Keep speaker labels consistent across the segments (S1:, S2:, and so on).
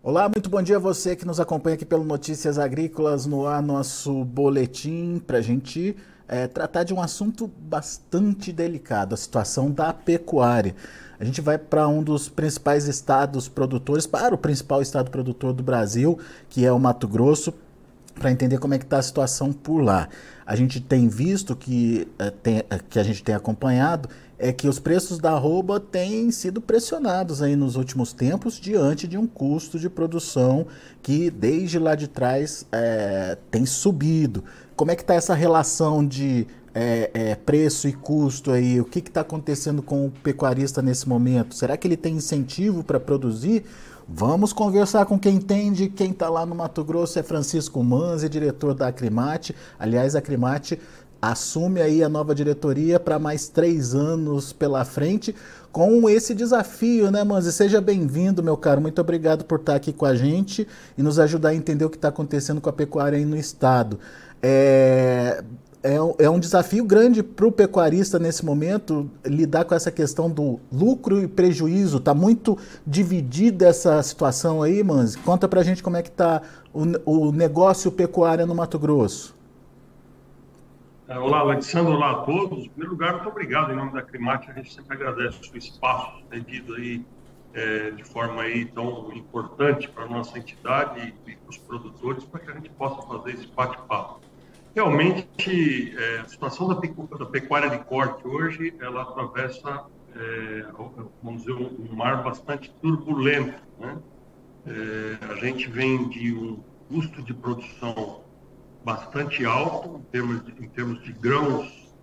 S1: Olá, muito bom dia a você que nos acompanha aqui pelo Notícias Agrícolas no ar, nosso boletim para a gente tratar de um assunto bastante delicado, a situação da pecuária. A gente vai para um dos principais estados produtores, para o principal estado produtor do Brasil, que é o Mato Grosso, para entender como é que está a situação por lá. A gente tem visto que a gente tem acompanhado é que os preços da arroba têm sido pressionados aí nos últimos tempos diante de um custo de produção que desde lá de trás tem subido. Como é que está essa relação de preço e custo aí? O que está acontecendo com o pecuarista nesse momento? Será que ele tem incentivo para produzir? Vamos conversar com quem entende. Quem está lá no Mato Grosso é Francisco Manzi, diretor da Acrimate. Aliás, a Acrimate assume aí a nova diretoria para mais 3 anos pela frente com esse desafio, né, Manzi? Seja bem-vindo, meu caro. Muito obrigado por estar aqui com a gente e nos ajudar a entender o que está acontecendo com a pecuária aí no estado. É, é um desafio grande para o pecuarista nesse momento lidar com essa questão do lucro e prejuízo. Está muito dividida essa situação aí, Manzi. Conta para a gente como é que está o negócio pecuária no Mato Grosso.
S2: Olá, Alexandre, olá a todos. Em primeiro lugar, muito obrigado em nome da Climate. A gente sempre agradece o seu espaço cedido aí de forma aí tão importante para a nossa entidade e para os produtores, para que a gente possa fazer esse bate-papo. Realmente, a situação da pecuária de corte hoje, ela atravessa, vamos dizer, um mar bastante turbulento, né? A gente vem de um custo de produção bastante alto em termos de grãos,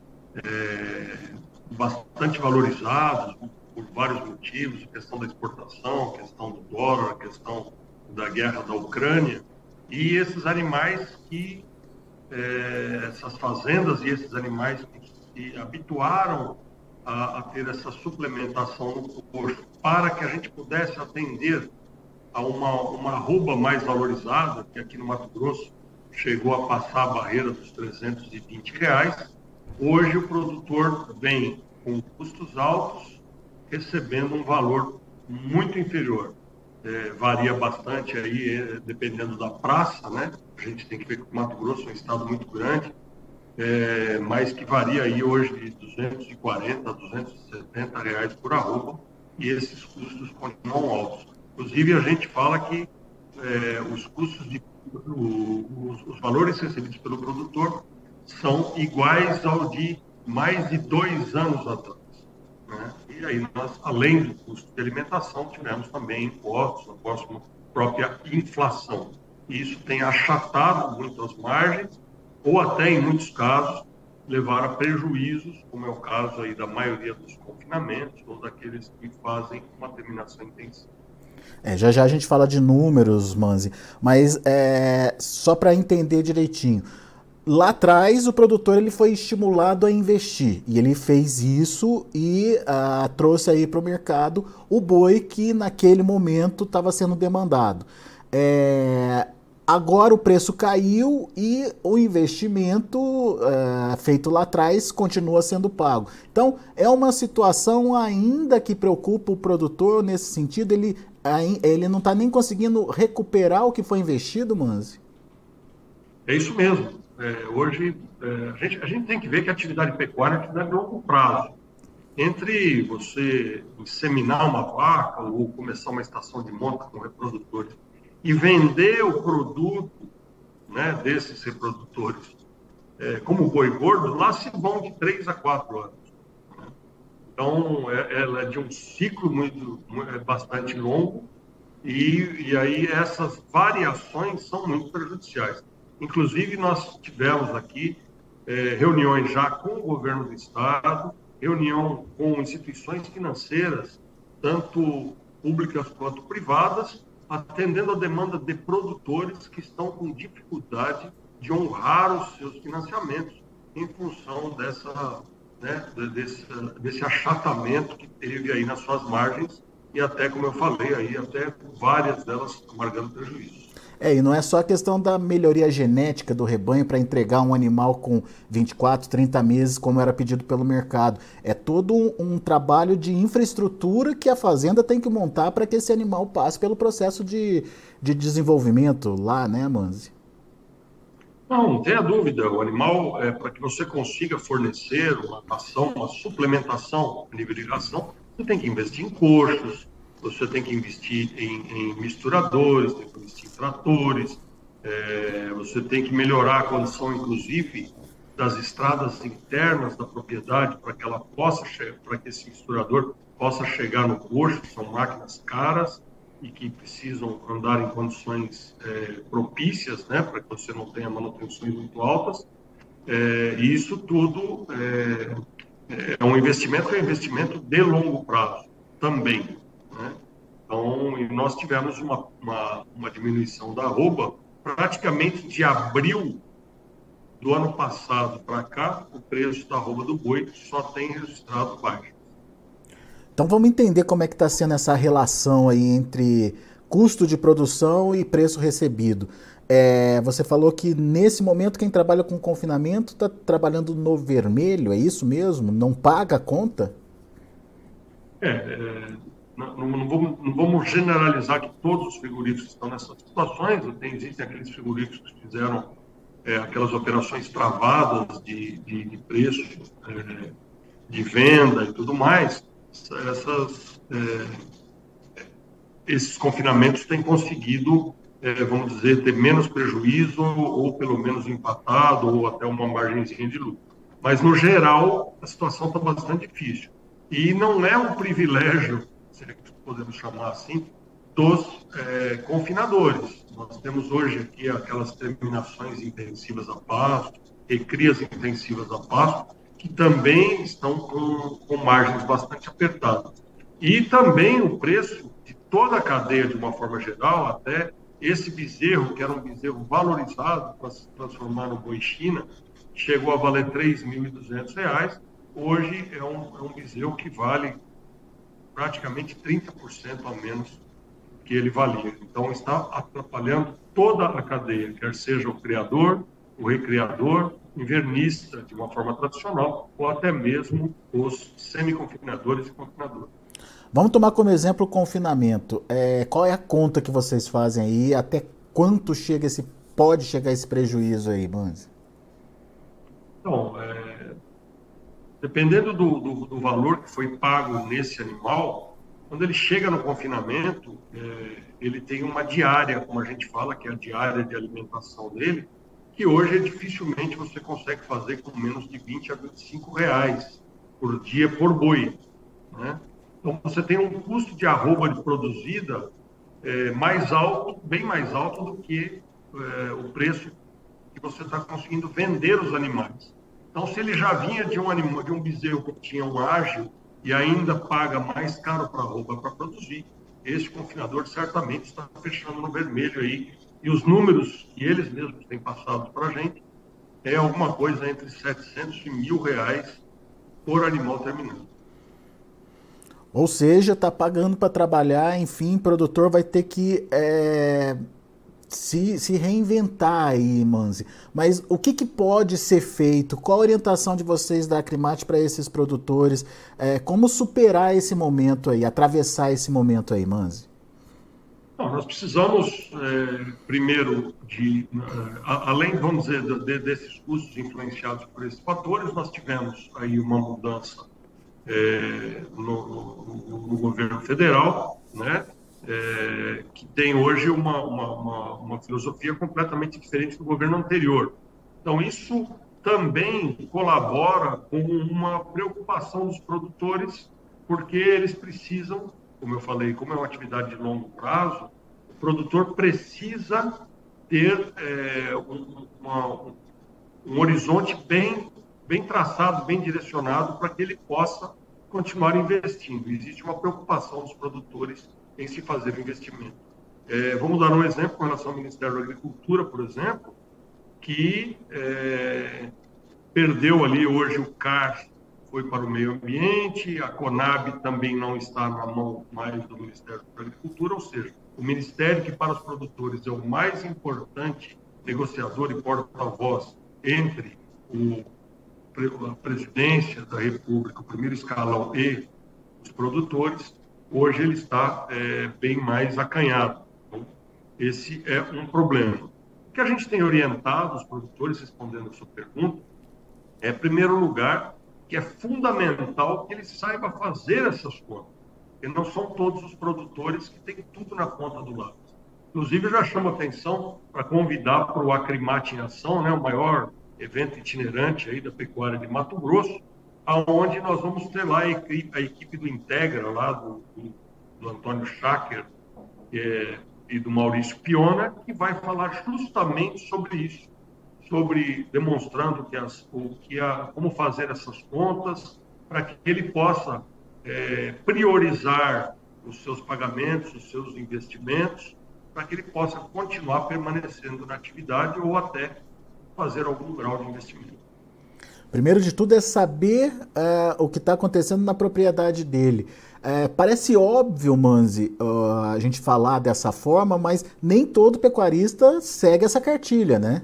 S2: bastante valorizados por vários motivos, a questão da exportação, a questão do dólar, a questão da guerra da Ucrânia, e esses animais essas fazendas e esses animais que se habituaram a ter essa suplementação no coxo para que a gente pudesse atender a uma arroba mais valorizada, que aqui no Mato Grosso chegou a passar a barreira dos R$ 320. Hoje o produtor vem com custos altos, recebendo um valor muito inferior. Varia bastante aí, dependendo da praça, né? A gente tem que ver que o Mato Grosso é um estado muito grande, mas que varia aí hoje de 240 a R$ 270 por arroba, e esses custos continuam altos. Inclusive, a gente fala que os custos os valores recebidos pelo produtor são iguais ao de mais de 2 anos atrás, né? E aí nós, além do custo de alimentação, tivemos também impostos, a própria inflação. E isso tem achatado muito as margens, ou até, em muitos casos, levar a prejuízos, como é o caso aí da maioria dos confinamentos, ou daqueles que fazem uma terminação intensiva.
S1: Já já a gente fala de números, Manzi, mas só para entender direitinho. Lá atrás, o produtor ele foi estimulado a investir e ele fez isso e trouxe aí para o mercado o boi que naquele momento estava sendo demandado. Agora o preço caiu e o investimento feito lá atrás continua sendo pago. Então é uma situação ainda que preocupa o produtor nesse sentido. Ele não está nem conseguindo recuperar o que foi investido, Manzi?
S2: É isso mesmo. Hoje, a gente tem que ver que a atividade pecuária é uma atividade de longo prazo. Entre você inseminar uma vaca ou começar uma estação de monta com reprodutores e vender o produto, né, desses reprodutores como boi gordo, lá se vão de 3 a 4 anos. Né? Então, ela é de um ciclo bastante longo, e aí essas variações são muito prejudiciais. Inclusive, nós tivemos aqui reuniões já com o governo do estado, reunião com instituições financeiras, tanto públicas quanto privadas, atendendo a demanda de produtores que estão com dificuldade de honrar os seus financiamentos em função desse achatamento que teve aí nas suas margens, e até, como eu falei, aí até várias delas amargando prejuízo.
S1: E não é só a questão da melhoria genética do rebanho para entregar um animal com 24, 30 meses, como era pedido pelo mercado. É todo um trabalho de infraestrutura que a fazenda tem que montar para que esse animal passe pelo processo de desenvolvimento lá, né, Manzi?
S2: Não, não tenha dúvida. O animal, para que você consiga fornecer uma ração, uma suplementação a nível de ração, você tem que investir em coxos, você tem que investir em misturadores, tem que investir em tratores, você tem que melhorar a condição, inclusive, das estradas internas da propriedade para que ela possa para que esse misturador possa chegar no coxo. São máquinas caras e que precisam andar em condições propícias, né, para que você não tenha manutenções muito altas. E isso tudo é um investimento de longo prazo também, né? Então, e nós tivemos uma diminuição da arroba praticamente de abril do ano passado para cá. O preço da arroba do boi só tem registrado baixo.
S1: Então vamos entender como é que está sendo essa relação aí entre custo de produção e preço recebido. Você falou que nesse momento quem trabalha com confinamento está trabalhando no vermelho, é isso mesmo? Não paga a conta?
S2: Não vamos generalizar que todos os frigoríficos estão nessas situações. Existem aqueles frigoríficos que fizeram aquelas operações travadas de preço, de venda e tudo mais. Esses confinamentos têm conseguido, vamos dizer, ter menos prejuízo, ou pelo menos empatado, ou até uma margenzinha de lucro. Mas, no geral, a situação está bastante difícil. E não é um privilégio, se é que podemos chamar assim, dos confinadores. Nós temos hoje aqui aquelas terminações intensivas a pasto, recrias intensivas a pasto, que também estão com margens bastante apertadas. E também o preço de toda a cadeia, de uma forma geral, até esse bezerro, que era um bezerro valorizado para se transformar no boi China, chegou a valer R$ 3.200. Hoje é um bezerro que vale praticamente 30% a menos que ele valia. Então, está atrapalhando toda a cadeia, quer seja o criador, o recriador, invernista, de uma forma tradicional, ou até mesmo os semi-confinadores e confinadores.
S1: Vamos tomar como exemplo o confinamento. Qual é a conta que vocês fazem aí? Até quanto pode chegar esse prejuízo aí, Banzi?
S2: Então, dependendo do valor que foi pago nesse animal, quando ele chega no confinamento, ele tem uma diária, como a gente fala, que é a diária de alimentação dele, que hoje dificilmente você consegue fazer com menos de 20 a 25 reais por dia por boi, né? Então, você tem um custo de arroba produzida mais alto, bem mais alto do que o preço que você está conseguindo vender os animais. Então, se ele já vinha de um bezerro que tinha um ágio e ainda paga mais caro para a arroba para produzir, esse confinador certamente está fechando no vermelho aí. E os números que eles mesmos têm passado para a gente é alguma coisa entre 700 e R$ 1.000 por animal terminado.
S1: Ou seja, está pagando para trabalhar, enfim, o produtor vai ter que se reinventar aí, Manzi. Mas o que pode ser feito? Qual a orientação de vocês da Acrimate para esses produtores? Como superar esse momento aí, atravessar esse momento aí, Manzi?
S2: Não, nós precisamos, primeiro, além, vamos dizer, desses custos influenciados por esses fatores, nós tivemos aí uma mudança no governo federal, né? Que tem hoje uma filosofia completamente diferente do governo anterior. Então, isso também colabora com uma preocupação dos produtores, porque eles precisam, como eu falei, como é uma atividade de longo prazo, o produtor precisa ter um horizonte bem traçado, bem direcionado, para que ele possa continuar investindo. Existe uma preocupação dos produtores em se fazer o investimento. Vamos dar um exemplo com relação ao Ministério da Agricultura, por exemplo, que perdeu ali hoje o CAR, foi para o meio ambiente, a Conab também não está na mão mais do Ministério da Agricultura, ou seja, o Ministério, que para os produtores é o mais importante negociador e porta-voz entre a presidência da República, o primeiro escalão e os produtores, hoje ele está bem mais acanhado. Então, esse é um problema. O que a gente tem orientado os produtores, respondendo a sua pergunta, em primeiro lugar, que é fundamental que ele saiba fazer essas contas, porque não são todos os produtores que têm tudo na ponta do lápis. Inclusive, eu já chamo a atenção para convidar para o Acrimate em Ação, né, o maior evento itinerante aí da pecuária de Mato Grosso, aonde nós vamos ter lá a equipe do Integra, lá do Antônio Schacker e do Maurício Piona, que vai falar justamente sobre isso, sobre demonstrando como fazer essas contas para que ele possa priorizar os seus pagamentos, os seus investimentos, para que ele possa continuar permanecendo na atividade ou até fazer algum grau de investimento.
S1: Primeiro de tudo é saber o que está acontecendo na propriedade dele. Parece óbvio, Manzi, a gente falar dessa forma, mas nem todo pecuarista segue essa cartilha, né?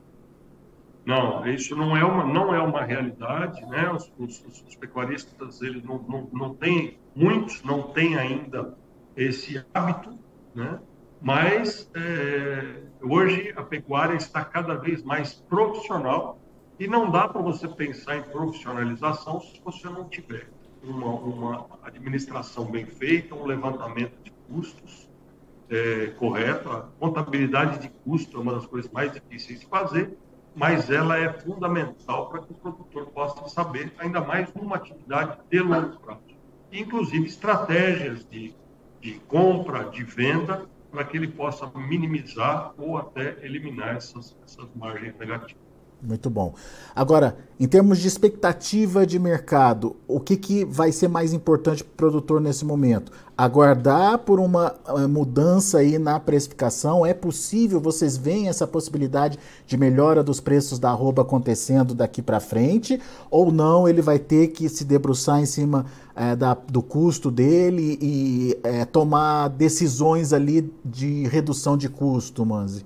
S2: Não, isso não é uma realidade, né? Os pecuaristas, eles não têm, muitos não têm ainda esse hábito, né? Mas hoje a pecuária está cada vez mais profissional e não dá para você pensar em profissionalização se você não tiver uma administração bem feita, um levantamento de custos correto. A contabilidade de custo é uma das coisas mais difíceis de fazer, mas ela é fundamental para que o produtor possa saber, ainda mais numa atividade de longo prazo. Inclusive estratégias de compra, de venda, para que ele possa minimizar ou até eliminar essas margens negativas.
S1: Muito bom. Agora, em termos de expectativa de mercado, o que vai ser mais importante para o produtor nesse momento? Aguardar por uma mudança aí na precificação? É possível? Vocês veem essa possibilidade de melhora dos preços da arroba acontecendo daqui para frente? Ou não, ele vai ter que se debruçar em cima do custo dele e tomar decisões ali de redução de custo, Manzi?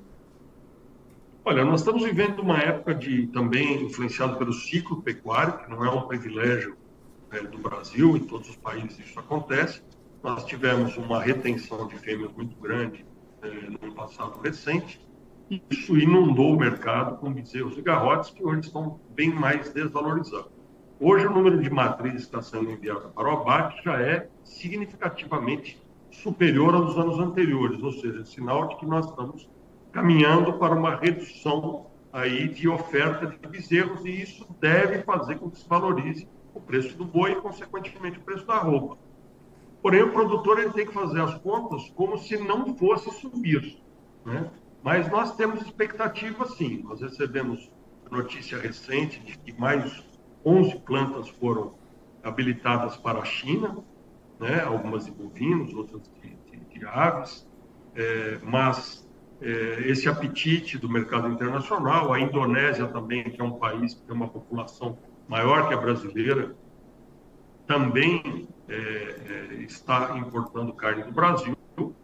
S2: Olha, nós estamos vivendo uma época também influenciado pelo ciclo pecuário, que não é um privilégio do Brasil, em todos os países isso acontece. Nós tivemos uma retenção de fêmeas muito grande no passado recente, e isso inundou o mercado com bezerros e garrotes que hoje estão bem mais desvalorizados. Hoje o número de matrizes que está sendo enviado para o abate já é significativamente superior aos anos anteriores, ou seja, sinal de que nós estamos caminhando para uma redução aí de oferta de bezerros, e isso deve fazer com que se valorize o preço do boi e, consequentemente, o preço da arroba. Porém, o produtor ele tem que fazer as contas como se não fosse subir, né? Mas nós temos expectativa, sim. Nós recebemos notícia recente de que mais 11 plantas foram habilitadas para a China, né? Algumas de bovinos, outras de aves, mas esse apetite do mercado internacional, a Indonésia também, que é um país que tem uma população maior que a brasileira, também está importando carne do Brasil.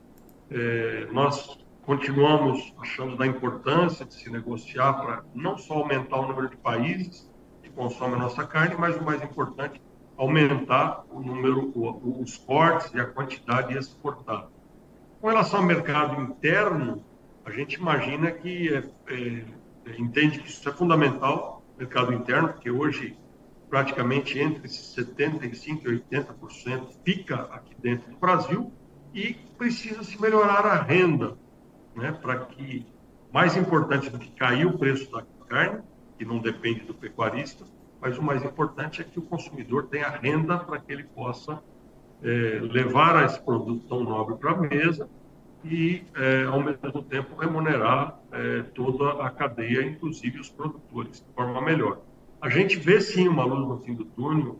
S2: Nós continuamos achando da importância de se negociar para não só aumentar o número de países que consomem a nossa carne, mas o mais importante, aumentar o número, os cortes e a quantidade exportada. Com relação ao mercado interno, a gente imagina que entende que isso é fundamental, mercado interno, porque hoje praticamente entre 75% e 80% fica aqui dentro do Brasil, e precisa se melhorar a renda, né, para que, mais importante do que cair o preço da carne, que não depende do pecuarista, mas o mais importante é que o consumidor tenha renda para que ele possa levar esse produto tão nobre para a mesa e, ao mesmo tempo, remunerar toda a cadeia, inclusive os produtores, de forma melhor. A gente vê, sim, uma luz no fim do túnel,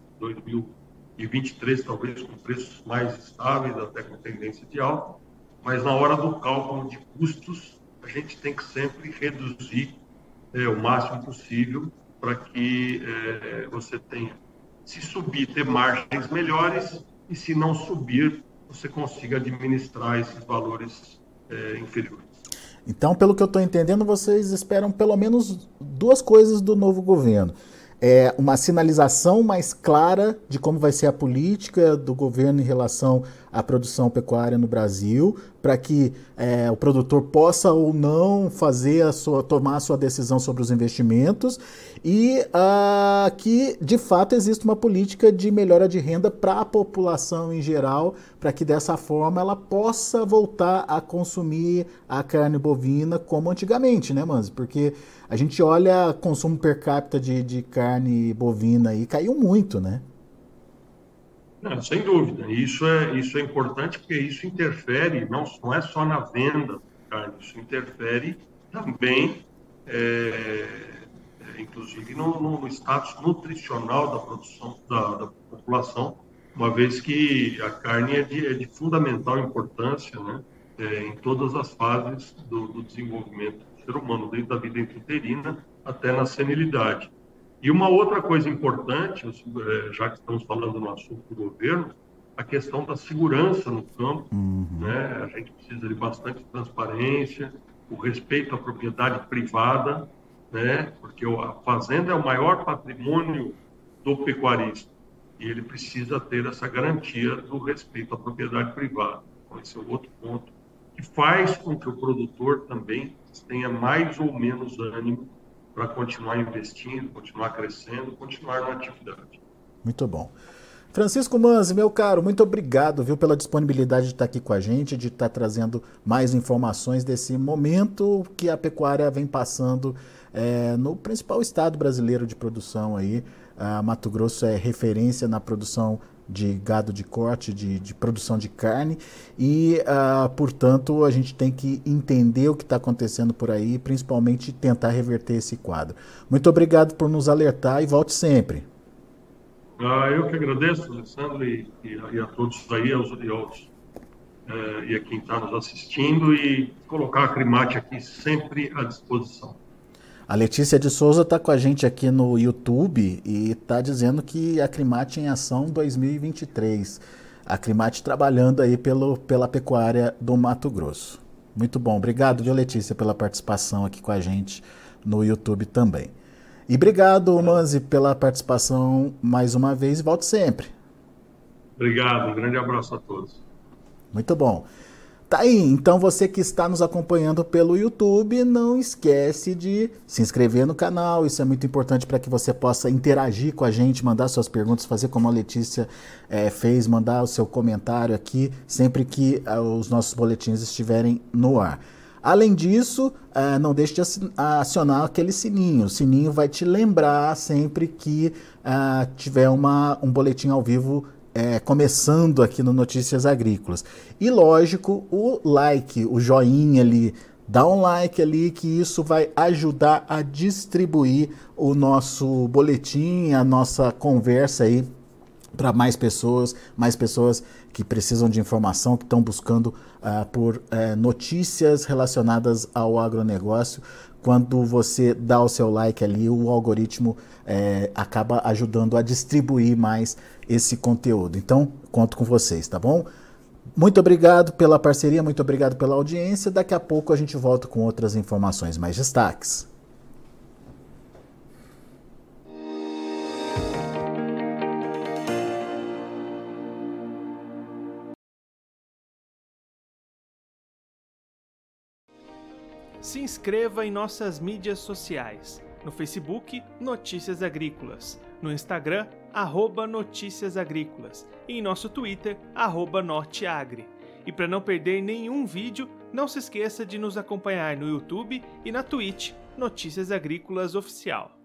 S2: 2023, talvez com preços mais estáveis, até com tendência de alta, mas na hora do cálculo de custos, a gente tem que sempre reduzir o máximo possível para que você tenha, se subir, ter margens melhores, e se não subir, você consiga administrar esses valores inferiores.
S1: Então, pelo que eu estou entendendo, vocês esperam pelo menos duas coisas do novo governo. Uma sinalização mais clara de como vai ser a política do governo em relação à produção pecuária no Brasil, para que o produtor possa ou não tomar a sua decisão sobre os investimentos, e que de fato existe uma política de melhora de renda para a população em geral, para que dessa forma ela possa voltar a consumir a carne bovina como antigamente, né, Manzi? Porque a gente olha o consumo per capita de carne bovina e caiu muito, né?
S2: Não, sem dúvida. Isso é importante porque isso interfere, não é só na venda da carne, isso interfere também, inclusive, no status nutricional da produção, da população, uma vez que a carne é de fundamental importância, né, em todas as fases do desenvolvimento do ser humano, desde a vida intrauterina até na senilidade. E uma outra coisa importante, já que estamos falando no assunto do governo, a questão da segurança no campo, né? A gente precisa de bastante transparência, o respeito à propriedade privada, né? Porque a fazenda é o maior patrimônio do pecuarista e ele precisa ter essa garantia do respeito à propriedade privada. Então, esse é o outro ponto que faz com que o produtor também tenha mais ou menos ânimo para continuar investindo, continuar crescendo, continuar na atividade.
S1: Muito bom. Francisco Manzi, meu caro, muito obrigado, viu, pela disponibilidade de estar aqui com a gente, de estar trazendo mais informações desse momento que a pecuária vem passando no principal estado brasileiro de produção aí. Mato Grosso é referência na produção de gado de corte, de produção de carne e, portanto, a gente tem que entender o que está acontecendo por aí e principalmente tentar reverter esse quadro. Muito obrigado por nos alertar e volte sempre.
S2: Eu que agradeço, Alessandro, e a todos aí, e a quem está nos assistindo, e colocar a Acrimate aqui sempre à disposição.
S1: A Letícia de Souza está com a gente aqui no YouTube e está dizendo que a Acrimate em ação 2023. A Acrimate trabalhando aí pela pecuária do Mato Grosso. Muito bom. Obrigado, viu, Letícia, pela participação aqui com a gente no YouTube também. E obrigado, Manzi, pela participação mais uma vez e volte sempre.
S2: Obrigado. Um grande abraço a todos.
S1: Muito bom. Tá aí, então você que está nos acompanhando pelo YouTube, não esquece de se inscrever no canal, isso é muito importante para que você possa interagir com a gente, mandar suas perguntas, fazer como a Letícia fez, mandar o seu comentário aqui, sempre que os nossos boletins estiverem no ar. Além disso, não deixe de acionar aquele sininho, o sininho vai te lembrar sempre que tiver um boletim ao vivo começando aqui no Notícias Agrícolas. E lógico, o like, o joinha ali, dá um like ali que isso vai ajudar a distribuir o nosso boletim, a nossa conversa aí para mais pessoas que precisam de informação, que estão buscando por notícias relacionadas ao agronegócio. Quando você dá o seu like ali, o algoritmo acaba ajudando a distribuir mais esse conteúdo. Então, conto com vocês, tá bom? Muito obrigado pela parceria, muito obrigado pela audiência. Daqui a pouco a gente volta com outras informações, mais destaques.
S3: Se inscreva em nossas mídias sociais. No Facebook, Notícias Agrícolas. No Instagram, @Notícias Agrícolas. E em nosso Twitter, @Norteagri. E para não perder nenhum vídeo, não se esqueça de nos acompanhar no YouTube e na Twitch, Notícias Agrícolas Oficial.